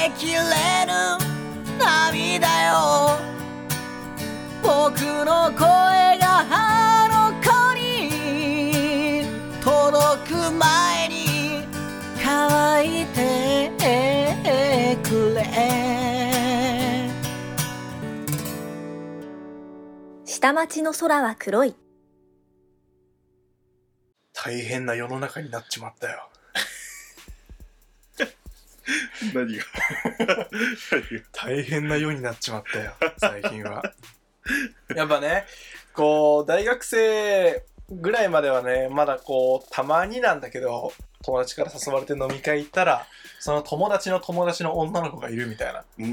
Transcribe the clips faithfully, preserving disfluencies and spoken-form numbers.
えきれぬ涙よ、僕の声があの子に届く前に乾いてくれ。 下町の空は黒い。 大変な世の中になっちまったよ。 何が大変な世になっちまったよ最近は。やっぱね、こう大学生ぐらいまではね、まだこうたまになんだけど、友達から誘われて飲み会行ったら、その友達の友達の女の子がいるみたいな。 うん。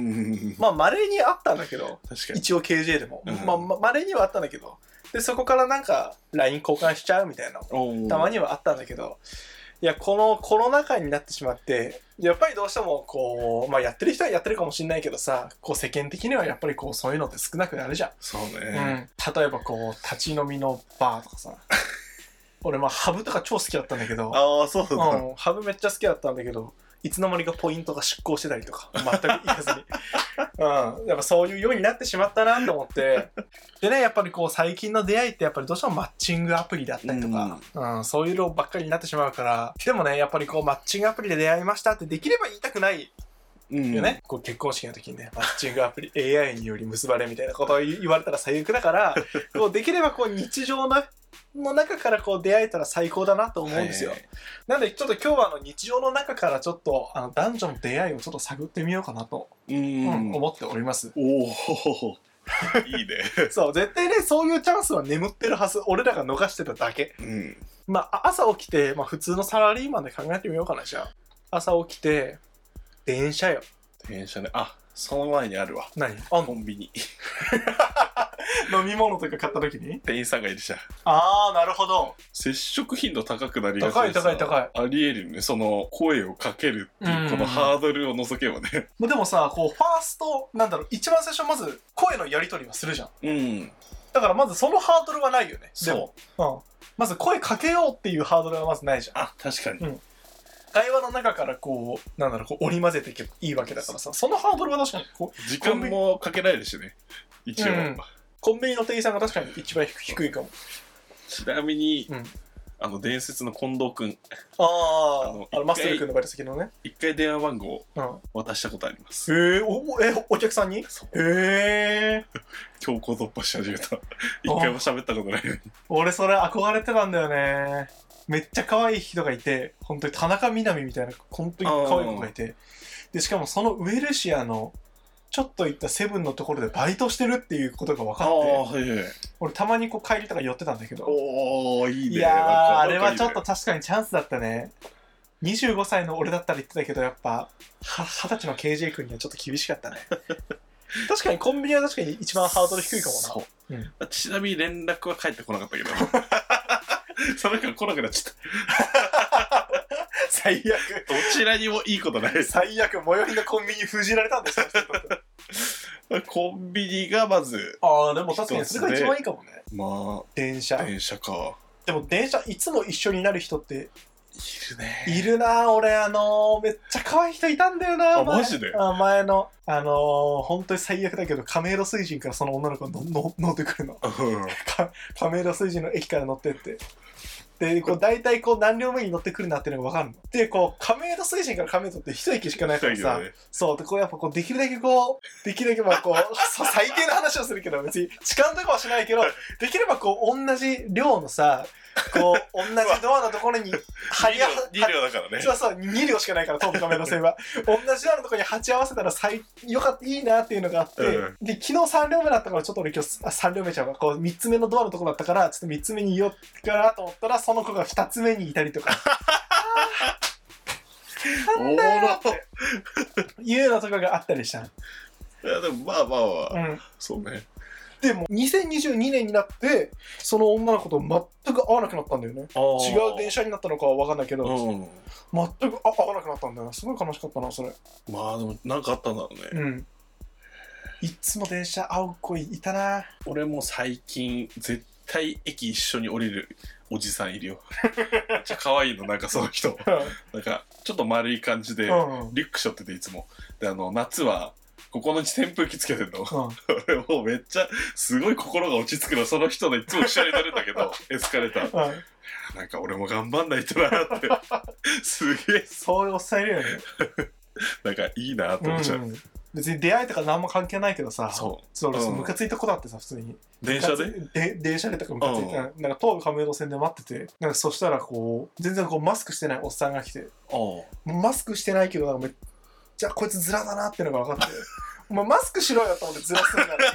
まあ稀にあったんだけど、 確かに一応 ケージェー でも、 うん、 まあ稀にはあったんだけど、でそこからなんか ライン 交換しちゃうみたいなたまにはあったんだけど、いやこのコロナ禍になってしまって、やっぱりどうしてもこう、まあやってる人はやってるかもしれないけどさ、こう世間的にはやっぱりこうそういうのって少なくなるじゃん。 そうね、 うん、例えばこう立ち飲みのバーとかさ俺まあハブとか超好きだったんだけど、 ああそうだ、 うん、ハブめっちゃ好きだったんだけど、いつの間にかポイントが出向してたりとか全く行かずにうん、やっぱそういうようになってしまったなと思ってでね、やっぱりこう最近の出会いってやっぱりどうしてもマッチングアプリだったりとか、うんうん、そういうのばっかりになってしまうから、でもねやっぱりこうマッチングアプリで出会いましたってできれば言いたくないよね、うん、こう結婚式の時にね、マッチングアプリ エーアイ により結ばれみたいなことを言われたら最悪だからこうできればこう日常のの中からこう出会えたら最高だなと思うんですよ、はいはい、なんでちょっと今日はあの日常の中からちょっとあの男女の出会いをちょっと探ってみようかなと、うんうん、思っております。 おおいいねそう絶対ね、そういうチャンスは眠ってるはず、俺らが逃してただけ、うん、まあ朝起きて、まあ、普通のサラリーマンで考えてみようかな。じゃあ朝起きて電車よ。 電車ね。あ、その前にあるわ。 何？ コンビニ飲み物とか買った時に店員さんがいるじゃん。 あーなるほど。 接触頻度高くなりがちで高い高い高い。 ありえるよね、その声をかけるっていうこのハードルを除けばね。 でもさ、こうファーストなんだろう、一番最初まず声のやり取りはするじゃん。うん。だからまずそのハードルはないよね。 そう。 うん。まず声かけようっていうハードルはまずないじゃん。 あ、確かに。うん。 会話の中からこうなんだろう、こう織り交ぜていけばいいわけだからさ、そのハードルは確かにこう時間もかけられるしね。一応。うん、 コンビニの店員さんが確かに一番低いかも。 ちなみに、うん、あの伝説の近藤くん、 ああのマステル君のバイト先のね、 一回電話番号渡したことあります。 うん、へえ、おえお客さんに？へえ。 強行突破し始めた。一回も喋ったことないのに。 俺それ憧れてたんだよね。めっちゃ可愛い人がいて、本当に田中みな実みたいな本当に可愛い子がいて、でしかもそのウエルシアのちょっと行ったセブンのところでバイトしてるっていうことが分かって、はいはい、俺たまにこう帰りとか寄ってたんだけど、 おーいいね。 いやーあれはちょっと確かにチャンスだったね。にじゅうごさいの俺だったら言ってたけど、やっぱははたちの ケージェー 君にはちょっと厳しかったね。確かにコンビニは確かに一番ハードル低いかもな。そう、うん、 ちなみに連絡は返ってこなかったけどそれから来なくなっちゃった最悪。 どちらにもいいことない。 最悪。最寄りのコンビニ封じられたんですよコンビニがまず、 ああでも確かにそれが一番いいかもね。 まあ電車電車か。 でも電車いつも一緒になる人っているね。 いるな。俺あのー、めっちゃ可愛い人いたんだよな。 あマジで？ あ前のあのー、本当に最悪だけど亀戸水神からその女の子がのの乗ってくるのか亀戸水神の駅から乗ってってでこう大体こう何両目に乗ってくるなっていうのが分かるので、こう亀戸水神から亀戸って一駅しかないからさ、ね、そうでこうやっぱこうできるだけこうできるだけまあこう最低な話をするけど別に痴漢とかはしないけどできればこう同じ量のさこう同じドアのところに張り合わせに両だからね。 そうそうに両しかないから東武亀戸線は同じドアのところに鉢合わせたら最よかったいいなっていうのがあって、うん、で昨日さん両目だったからちょっと俺今日あさん両目ちゃうわこうみっつめのドアのところだったからちょっとみっつめにいようかなと思ったらその子がふたつめにいたりとかなんだよっていうようなところがあったりした。いやでもまあまあまあ、うん、そうね。 でもにせんにじゅうにねんになってその女の子と全く会わなくなったんだよね。違う電車になったのかは分かんないけど、うん、全く会わなくなったんだよな。すごい悲しかったなそれ。 まあでもなんかあったんだろうね。うん。 いつも電車会う子いたな。 俺も最近絶対駅一緒に降りるおじさんいるよ。めっちゃ可愛いの、なんかその人。なんか、ちょっと丸い感じで、 うんうんリュック背負ってていつも。で、あの、夏は、ここの扇風機つけてんの。 うん俺もうめっちゃ、すごい心が落ち着くの、その人のいつも後ろに乗るんだけど、エスカレーター。 うんなんか俺も頑張んないとなって、すげえ、 そういうおっさんいるよね。 なんかいいなって思っちゃう。 うんうん別に出会いとか何も関係ないけどさ、 そうそう俺うんムカついた子だってさ、普通に。 電車でムカつで電車でとかムカついた。 うんなんか東武亀戸線で待ってて、なんかそしたらこう、全然こうマスクしてないおっさんが来て、 ああ。 マスクしてないけど、なんかめっちゃこいつズラだなっていうのが分かって、お前マスクしろよと思ってズラするんだよ。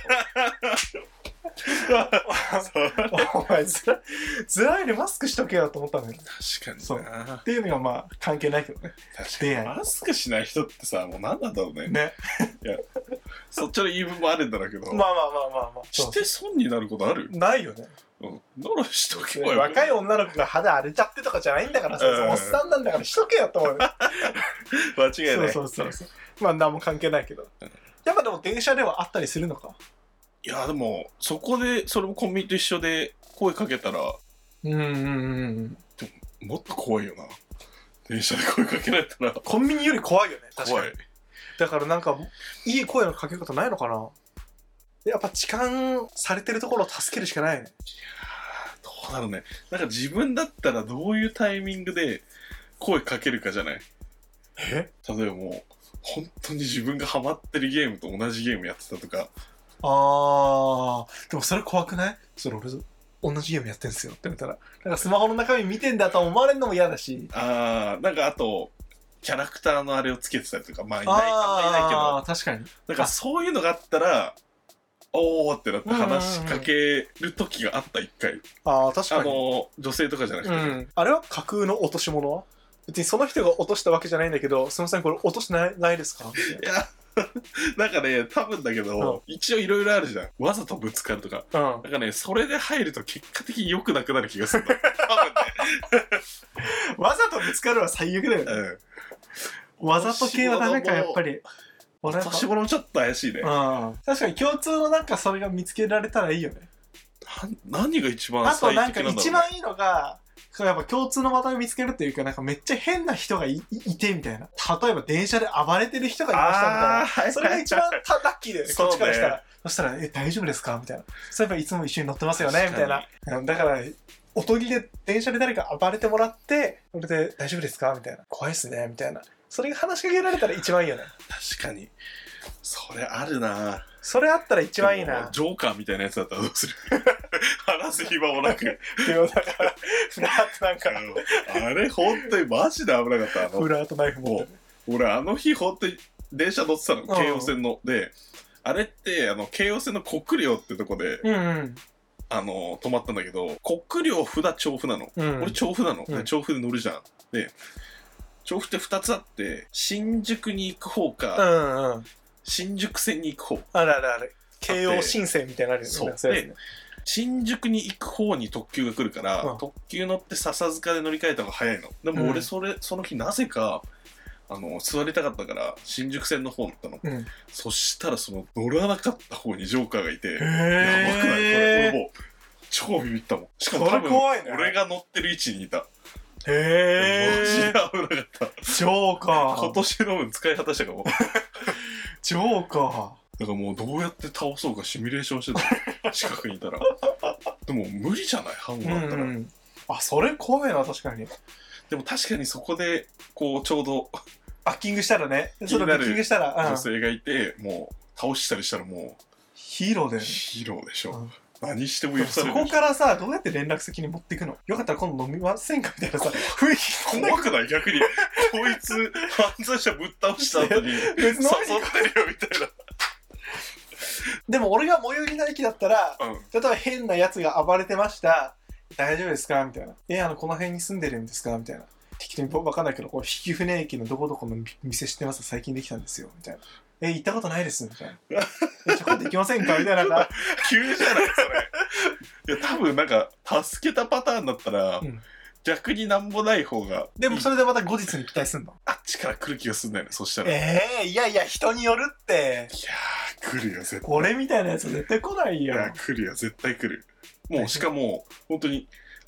お前ズラ、ズラよりマスクしとけよと思ったんだよ。 確かそうにな。 っていうのがまあ関係ないけどね。 確か出会いに。マスクしない人ってさ、もう何なんだろうね。 ね。 そっちの言い分もあるんだろうけど、 まあまあまあまあまあ。 して損になることある？ ないよね。 うん。ならしとけばよ。 若い女の子が肌荒れちゃってとかじゃないんだからさ、 うんおっさんなんだからしとけよと思うよ。 間違いない。 そうそうそうそう。まあ何も関係ないけど。やっぱでも電車ではあったりするのか。 いや、でも、そこで、それもコンビニと一緒で声かけたら、 うんうんうん。 もっと怖いよな。電車で声かけられたら、 コンビニより怖いよね、確かに。 怖い。 だからなんか、いい声のかけ方ないのかな。やっぱ痴漢されてるところを助けるしかないよね。 どうだろうね。なんか自分だったらどういうタイミングで声かけるかじゃない。 え例えばもう、本当に自分がハマってるゲームと同じゲームやってたとか、 あー、でもそれ怖くない？それ俺同じゲームやってんすよって言ったら、なんかスマホの中身見てんだと思われるのも嫌だし。 あー、なんかあと、キャラクターのあれをつけてたりとか、まあいない、あんまいないけど、 あー、確かに。 なんかそういうのがあったら、おーってなって話しかける時があった一回。 あー、確あかに。 の、女性とかじゃなくて、 うん。あれは架空の落とし物は別にその人が落としたわけじゃないんだけど、すみません、これ落としてないないですか？ いや、なんかね、多分だけど、一応いろいろあるじゃん。わざとぶつかるとか。 うん。 なんかね、それで入ると結果的に良くなくなる気がするんだ。多分わざとぶつかるは最悪だよね。 ね。うん。 わざと系はダメか、やっぱり。俺やっぱ年頃ちょっと怪しいね。 うん。確かに共通のなんかそれが見つけられたらいいよね。 な何が一番あと最なんか適なんだろう、ね、 一番いいのが、やっぱ共通の話題を見つけるっていうか、なんかめっちゃ変な人が い, いてみたいな。例えば電車で暴れてる人がいましたみたいな。 あーそれが一番たラッキーだよね、こそうねっちからしたら。そしたら、え、大丈夫ですかみたいな。そういえばいつも一緒に乗ってますよねみたいな。うんだから、おとぎで電車で誰か暴れてもらって、それで大丈夫ですかみたいな。怖いっすねみたいな。それが話しかけられたら一番いいよね。 確かに。それあるな。 それあったら一番いいでもな。 ジョーカーみたいなやつだったらどうする？話す暇もなく。 でもだから、フラーとなんか、 あれ本当にマジで危なかった。あのフラーとナイフ持ってる。 俺あの日本当に電車乗ってたの、 ん京王線の。で、あれってあの京王線の国領ってとこで、 うんうん。 あの止まったんだけど、国領札調布なの。 うん俺調布なの。 うんで調布で乗るじゃん。で、調布ってふたつあって、新宿に行く方うか、 んうん。 新宿線に行く方。 あるあるある。京王新線みたいなのあるよね。 そうなんかやつね新宿に行く方に特急が来るから、 うん特急乗って笹塚で乗り換えた方が早いの。でもうん俺それ、その日なぜか、あの、座りたかったから、新宿線の方乗ったの。 うん。 そしたらその乗らなかった方にジョーカーがいて、 へやばくないこれ。俺ー。 もう、超ビビったもん。しかもそ多分、 れ怖いね俺が乗ってる位置にいた。マジでへー。 危なかった。 ジョーカー。 今年の分使い果たしたかも。 ジョーカだからもうどうやって倒そうかシミュレーションしてた。近くにいたら。でも無理じゃないハンー。 ガーだったら。 うん。あ、それ怖いな、確かに。 でも確かにそこで、こう、ちょうどアッキングしたらね。 気になるそれアッキングしたら、うん女。性がいて、もう、倒したりしたらもう、 ヒーローだよね。 ヒーローでしょ。 うん何してもでもそこ許されるでしょ。 からさ、どうやって連絡先に持っていくの？よかったら今度飲みませんかみたいなさ、雰囲気こんな怖くない逆に。こいつ、犯罪者ぶっ倒した後に、誘ってるよ、 別のみたいな。 でも俺が最寄りの駅だったら、 うん。 例えば変なやつが暴れてました。大丈夫ですかみたいな。え、あの、この辺に住んでるんですかみたいな。適当にわかんないけど、こう、引舟駅のどこどこの店知ってます最近できたんですよ。みたいな。え、行ったことないですみたいな。え、ちょ、今度行きませんかみたいな。なんか急じゃないそれ。いや、多分なんか、助けたパターンだったら、 うん逆になんもない方が、 でもそれでまた後日に期待すんの？ あっちから来る気がすんだよね、そしたら。いやええいやいや、人によるって。 ー、来るよ、絶対。 俺みたいなやつ絶対来ないよ。 いや、来るよ、絶対来る。もう、しかも、本当に、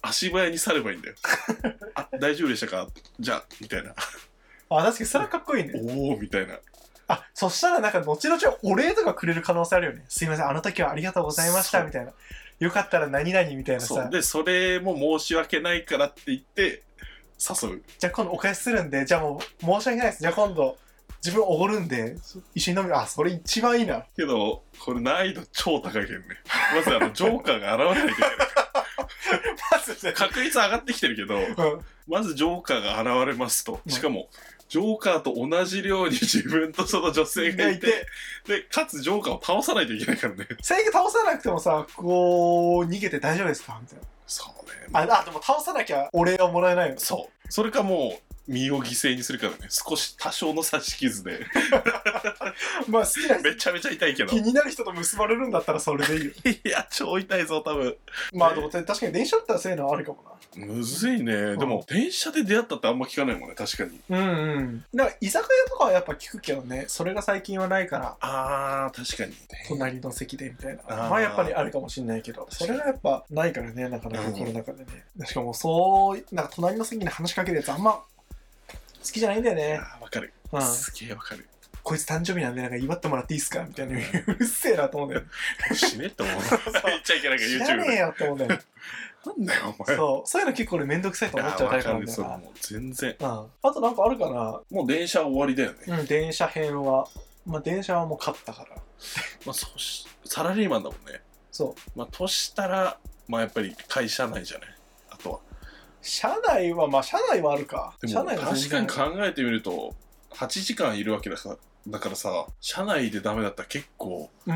足早に去ればいいんだよ。あ、大丈夫でしたかじゃあ、みたいな。 あ、確かにそれはかっこいいね。 おー、みたいな。 あ、そしたらなんか後々お礼とかくれる可能性あるよね。すいません、あの時はありがとうございましたみたいな。よかったら何々みたいなさ。 そう。で、それも申し訳ないからって言って、誘う。 じゃあ今度お返しするんで、じゃあもう申し訳ないです。じゃあ今度自分おごるんで、一緒に飲み、あ、それ一番いいな。 けど、これ難易度超高いけどね。まずあの、ジョーカーが現れないといけないから。 まずね、 確率上がってきてるけど、 うん、 まずジョーカーが現れますと。しかも、ジョーカーと同じ量に自分とその女性がいて、で、かつジョーカーを倒さないといけないからね。 最悪倒さなくてもさ、こう、逃げて大丈夫ですかみたいな。 そうね。 あ、あ、でも倒さなきゃお礼はもらえないよ。 そう。それかもう、身を犠牲にするからね。少し多少の刺し傷で。 まあ好きな人、 めちゃめちゃ痛いけど。 気になる人と結ばれるんだったらそれでいいよ。 いや、超痛いぞ、多分。 まあでも確かに電車だったらそういうのはあるかもな。 むずいね。でも、電車で出会ったってあんま聞かないもんね、確かに。 うんうん。なんか居酒屋とかはやっぱ聞くけどね、それが最近はないから、 あー、確かに。 隣の席でみたいな。 あーまあやっぱりあるかもしれないけど、それがやっぱないからね、なかなかコロナ禍でね。しかもそう、なんか隣の席に話しかけるやつあんま好きじゃないんだよね。 あー、わかる。 うん。 すげえわかる。 こいつ誕生日なんでなんか祝ってもらっていいっすかみたいな。うるせえなと思うんだよね。 死ねって思う。言っちゃいけないから、 知 YouTube で。 らねえよって思うんだよね。 なんだよ、お前。 そう、そういうの結構俺めんどくさいと思っちゃうタイプなんだよな。 もう全然。 うん。あとなんかあるかな。 もう電車終わりだよね。 うん、電車編は。まあ電車はもう勝ったから。 まあ、そうし、サラリーマンだもんね。 そう。 まあ、としたら、まあ、やっぱり会社内じゃない。あとは。 車内は、まあ車内はあるか。 でも、 車内は確かに考えてみると、はちじかんいるわけだから、だからさ、車内でダメだったら結構、 うん。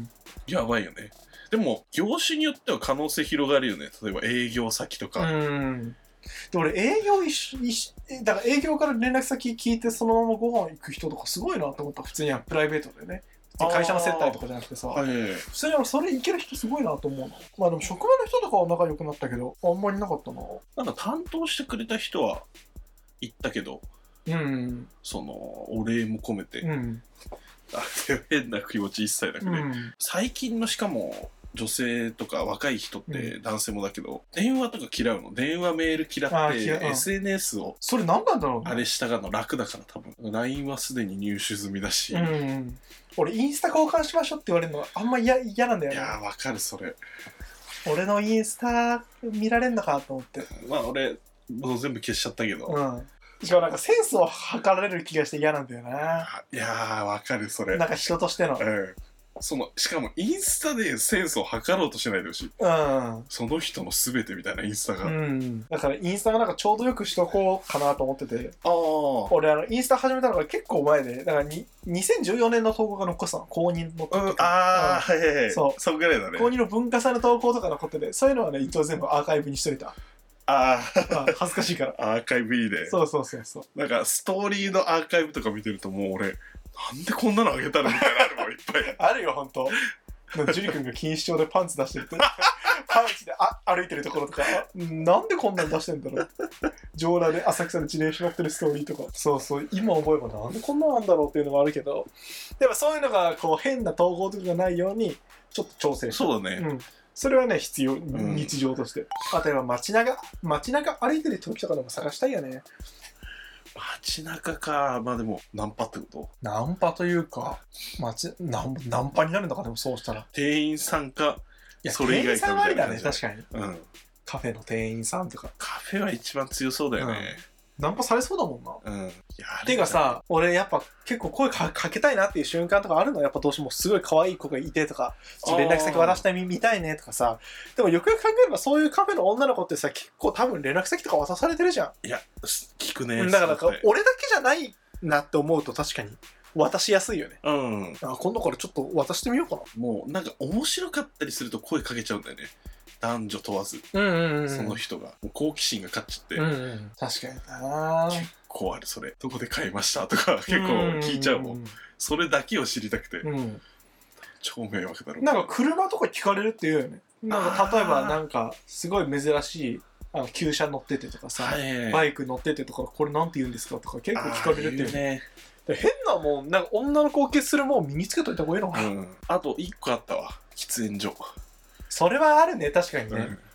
やばいよね。でも、業種によっては可能性広がるよね。例えば営業先とか。 うん。で俺営業一緒にし、だから営業から連絡先聞いてそのままご飯行く人とかすごいなと思った。普通にはプライベートでね。会社の接待とかじゃなくてさ。 はい。 普通にそれいける人すごいなと思うの。まあでも職場の人とかは仲良くなったけど、あんまりなかったな。 なんか担当してくれた人は言ったけど、 うん。 その、お礼も込めて、 うん。 あ変な気持ち一切なくね。 うん。 最近のしかも、女性とか若い人って男性もだけど、電話とか嫌うの。電話メール嫌って、 あー嫌ううんエスエヌエス をそれ何なんだろうね。 あれしたがるの楽だから多分。ライン はすでに入手済みだし。 ういん。俺インスタ交換しましょうって言われるのがあんま嫌嫌なんだよね。 やー、わかる、それ。 俺のインスタ見られんのかと思って。 まあ俺、もう全部消しちゃったけど。 うん。しかもなんかセンスを測られる気がして嫌なんだよな。 あいやー、わかる、それ。 なんか人としての。 うん。その、しかもインスタでセンスを測ろうとしないでほしい。 うん。 その人の全てみたいなインスタが。 うあん。だからインスタがなんかちょうどよくしとこうかなと思ってて。 あ。 俺あのインスタ始めたのが結構前で、だからににせんじゅうよねんの投稿が残ってたの。高にの時うん、ああ、はいはいはい。 そうそんぐらいだね。 高にの文化祭の投稿とか残ってて、そういうのはね、一応全部アーカイブにしといた。 ああ恥ずかしいから。 あ、アーカイブいいね。 そうそうそうそう。 なんか、ストーリーのアーカイブとか見てるともう俺、なんでこんなのあげたのみたいなのあるもん、いっぱい。 あるよ、ほんと。なんかジュリ君が錦糸町でパンツ出してると。パンチであ歩いてるところとか、あなんでこんなの出してんだろう。上裸で浅草で自転車乗ってるストーリーとか。そうそう、今思えばなんでこんなのなんだろうっていうのもあるけど、でもそういうのがこう変な投稿とかがないように、ちょっと調整して。 そうだね。 うん。それはね、必要、 ん日常として。あとは街中、街中歩いてる時とかでも探したいよね。 街中か。まあでも、ナンパってこと？ ナンパというか、街、ナンナンパになるのかでもそうしたら。 店員さんか、 いや、 それ以外店員さんはありだね、 かみたいな確かに。 うん。 カフェの店員さんとか。 カフェは一番強そうだよね。 ナンパされそうだもんな。 うん。いやていうか、さ、俺やっぱ結構声かかけたいなっていう瞬間とかあるの。やっぱどうしてもすごい可愛い子がいてとか、ちょっと連絡先渡してみ見たいねとかさ。でもよくよく考えればそういうカフェの女の子ってさ、結構多分連絡先とか渡されてるじゃん。 いや、聞くね。 だからなんかそうね俺だけじゃないなって思うと確かに渡しやすいよね。 うん。 あ、今度からちょっと渡してみようかな。 もう、なんか面白かったりすると声かけちゃうんだよね。男女問わず。 うんうんうん。 その人が。もう好奇心が勝っちゃって。 うんうん。確かにな。 結構ある、それ。どこで買いましたとか、結構聞いちゃうもん。それだけを知りたくて。 うんうん。 超迷惑だろう。 なんか車とか聞かれるって言うよね。なんか例えばなんかすごい珍しいあの旧車乗っててとかさ、 はいバイク乗っててとかこれなんて言うんですかとか結構聞かれるっていうあー言うね。 で変なもんなんか女の子を消するもん身につけといた方がいいのかな、 うん。あと一個あったわ。喫煙所。 それはあるね確かにね、 うん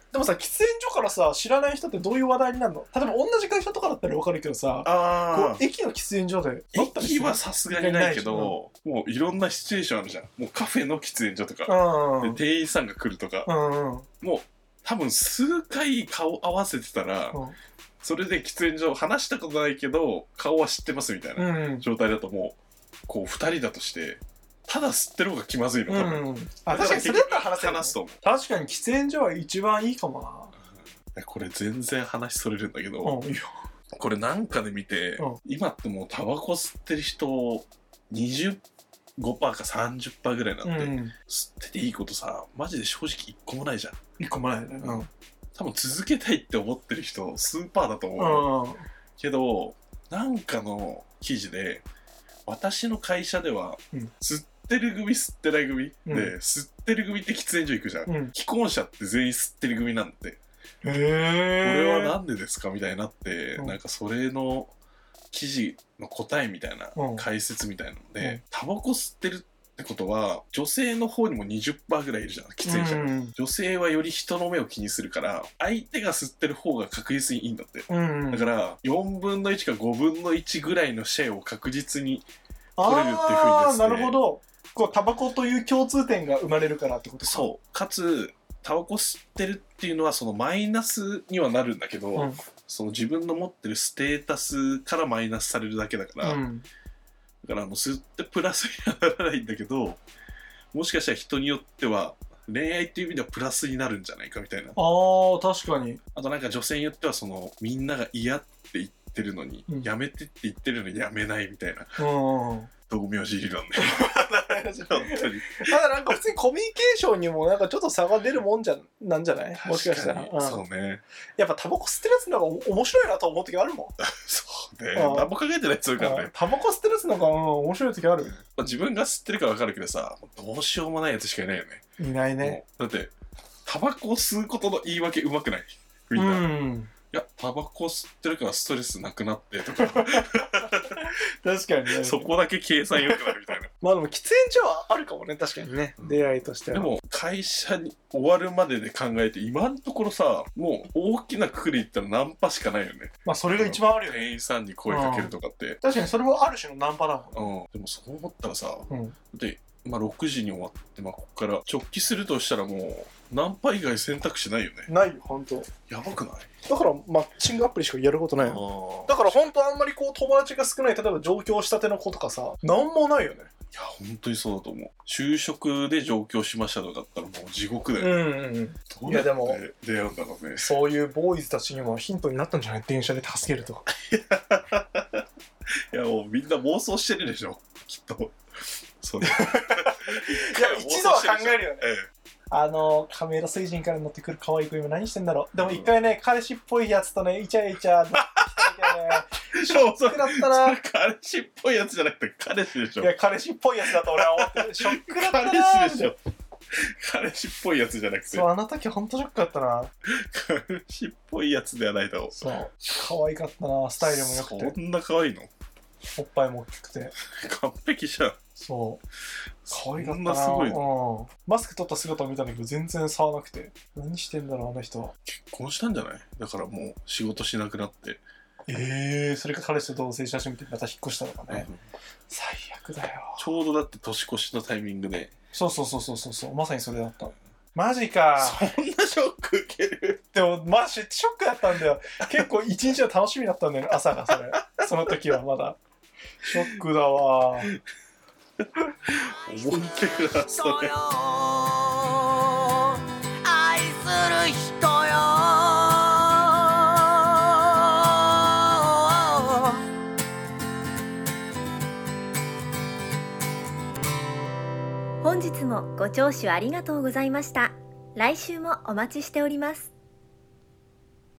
でもさ、喫煙所からさ、知らない人ってどういう話題になるの？例えば同じ会社とかだったら分かるけどさ、 あこう駅の喫煙所で乗ったりする？ 駅はさすがにないけど、もういろんなシチュエーションあるじゃん。もうカフェの喫煙所とか、 うんで店員さんが来るとか、 うんうんもう多分数回顔合わせてたら、 うんそれで喫煙所話したことないけど顔は知ってますみたいなうん状態だと、もうこうふたりだとしてただ吸ってる方が気まずいの多分、 うん、あ、確かにそれだったら話せる、ね、 話すと思う。 確かに喫煙所は一番いいかもな。 これ全然話それるんだけど、 うん、いいよ。 これなんかで見て、 うん今ってもうタバコ吸ってる人にじゅうごパーセントか さんじゅっパーセント ぐらいなんで、 うん、 吸ってていいことさマジで正直一個もないじゃん。 一個もないね。うん多分続けたいって思ってる人スーパーだと思う、 うんけどなんかの記事で私の会社では、 うん吸ってる組吸ってない組、 うんで吸ってる組って喫煙所行くじゃん、 うん、 既婚者って全員吸ってる組なんて、 へこえ。 れはなんでですかみたいになって、 うんなんかそれの記事の答えみたいな、 うん解説みたいなので、 うんタバコ吸ってるってことは女性の方にも にじゅっパーセント ぐらいいるじゃん喫煙者が、 うん女性はより人の目を気にするから相手が吸ってる方が確実にいいんだって、 うん、 だからよんぶんのいちかごぶんのいちぐらいのシェアを確実に取れるっていう風にああ、 ですね。 なるほど。こうタバコという共通点が生まれるからってことか。 そうかつタバコ吸ってるっていうのはそのマイナスにはなるんだけど、 うんその自分の持ってるステータスからマイナスされるだけだから、 うん、 だからあの吸ってプラスにはならないんだけど、もしかしたら人によっては恋愛っていう意味ではプラスになるんじゃないかみたいな。 ああ、確かに。 あとなんか女性によってはそのみんなが嫌って言ってるのに、 うんやめてって言ってるのにやめないみたいなうん。 道明寺理論で本当にただなんか普通にコミュニケーションにもなんかちょっと差が出るもんじゃなんじゃない？もしかしたら。 確かにうんそうねやっぱタバコ吸ってるやつの方が面白いなと思う時あるもん。 そうねうん何も考えてないやついるからね。 タバコ吸ってるやつの方が、うん、面白い時ある。 まあ自分が吸ってるから分かるけどさ、どうしようもないやつしかいないよね。 いないね。 もうだってタバコを吸うことの言い訳うまくないみんな、いうん。 やタバコ吸ってるからストレスなくなってとか確かにね。 そこだけ計算良くなるみたいな。 まあでも喫煙所はあるかもね、確かにね。出会いとしては。 でも会社に終わるまでで考えて今のところさ、もう大きなくくり言ったらナンパしかないよね。 まあそれが一番あるよね。 店員さんに声かけるとかって。 確かにそれもある種のナンパだもんね。 うん、でもそう思ったらさ、 うん。 で、まあ、ろくじに終わって、まあ、ここから直帰するとしたらもうナンパ以外選択肢ないよね。 ないよ、ほんと。 やばくない？ だからマッチングアプリしかやることないよ。 あだからほんとあんまりこう友達が少ない、例えば上京したての子とかさ、なんもないよね。 いや本当にそうだと思う。就職で上京しましたとかだったらもう地獄だよね。 んうんうん。 どういやでもやって出会うんだろうね。 そういうボーイズたちにもヒントになったんじゃない？電車で助けるとか。 いやもうみんな妄想してるでしょきっと。そうね。 いや、一度は考えるよね。 えあの、カメラ水人から乗ってくる可愛い子今何してんだろう。でも一回ね、彼氏っぽいやつとね、イチャイチャ乗ってきたけどね、 え。ショショックだったな。い彼氏っぽいやつじゃなくて彼氏でしょ。 や、彼氏っぽいやつだと俺は思ってる。ショックだったな。 彼氏でしょ。彼氏っぽいやつじゃなくてそう、あの時ほんとショックだったな。 彼氏っぽいやつではないだろう。 そう。可愛かったな。スタイルも良くて。 そんな可愛いの？ おっぱいも大きくて。 完璧じゃん。 そう。可愛かったそんな。 なすごいうん。マスク取った姿を見たんだけど、全然差はなくて。何してんだろう、あの人は。 結婚したんじゃない？だからもう仕事しなくなって。 ええー、それか彼氏と同棲し始めてまた引っ越したのかね。 うん最悪だよ。 ちょうどだって年越しのタイミングで。 そうそうそうそうそうそう、まさにそれだった。マジか。 そんなショック受ける？ でもマジショックだったんだよ。結構一日は楽しみだったんだよね、朝がそれ。その時はまだ。ショックだわ。 思ってください。 愛する人よ。 本日もご聴取ありがとうございました。来週もお待ちしております。